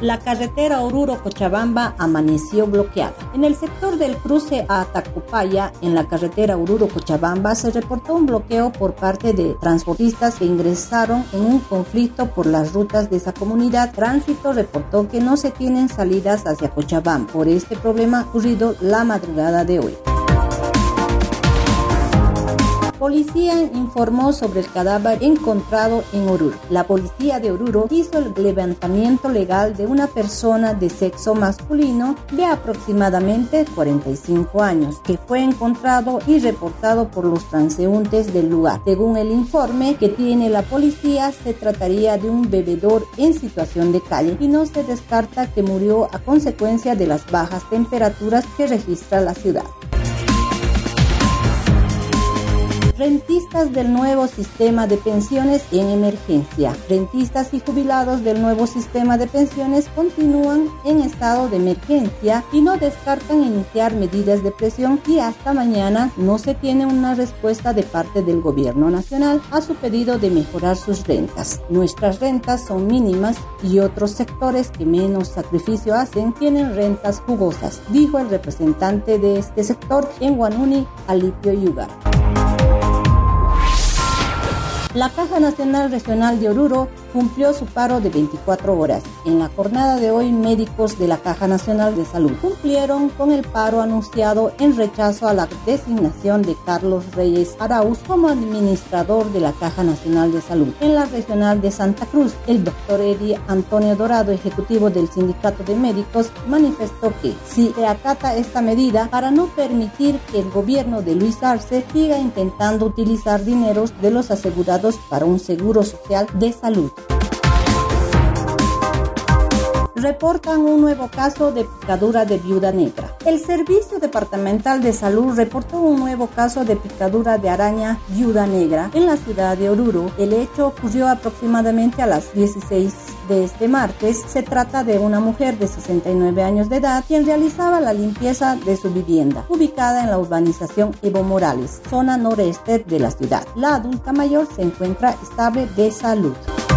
La carretera Oruro-Cochabamba amaneció bloqueada. En el sector del cruce a Tacopaya, en la carretera Oruro-Cochabamba, se reportó un bloqueo por parte de transportistas que ingresaron en un conflicto por las rutas de esa comunidad. Tránsito reportó que no se tienen salidas hacia Cochabamba por este problema ocurrido la madrugada de hoy. Policía informó sobre el cadáver encontrado en Oruro. La policía de Oruro hizo el levantamiento legal de una persona de sexo masculino de aproximadamente 45 años, que fue encontrado y reportado por los transeúntes del lugar. Según el informe que tiene la policía, se trataría de un bebedor en situación de calle y no se descarta que murió a consecuencia de las bajas temperaturas que registra la ciudad. Rentistas del nuevo sistema de pensiones en emergencia. Rentistas y jubilados del nuevo sistema de pensiones continúan en estado de emergencia y no descartan iniciar medidas de presión, y hasta mañana no se tiene una respuesta de parte del gobierno nacional a su pedido de mejorar sus rentas. Nuestras rentas son mínimas y otros sectores que menos sacrificio hacen tienen rentas jugosas, dijo el representante de este sector en Huanuni, Alipio Yugar. La Caja Nacional Regional de Oruro cumplió su paro de 24 horas. En la jornada de hoy, médicos de la Caja Nacional de Salud cumplieron con el paro anunciado en rechazo a la designación de Carlos Reyes Arauz como administrador de la Caja Nacional de Salud. En la regional de Santa Cruz, el doctor Eddie Antonio Dorado, ejecutivo del Sindicato de Médicos, manifestó que si se acata esta medida para no permitir que el gobierno de Luis Arce siga intentando utilizar dineros de los asegurados para un seguro social de salud. Reportan un nuevo caso de picadura de viuda negra. El Servicio Departamental de Salud reportó un nuevo caso de picadura de araña viuda negra en la ciudad de Oruro. El hecho ocurrió aproximadamente a las 16 de este martes. Se trata de una mujer de 69 años de edad quien realizaba la limpieza de su vivienda, ubicada en la urbanización Evo Morales, zona noreste de la ciudad. La adulta mayor se encuentra estable de salud.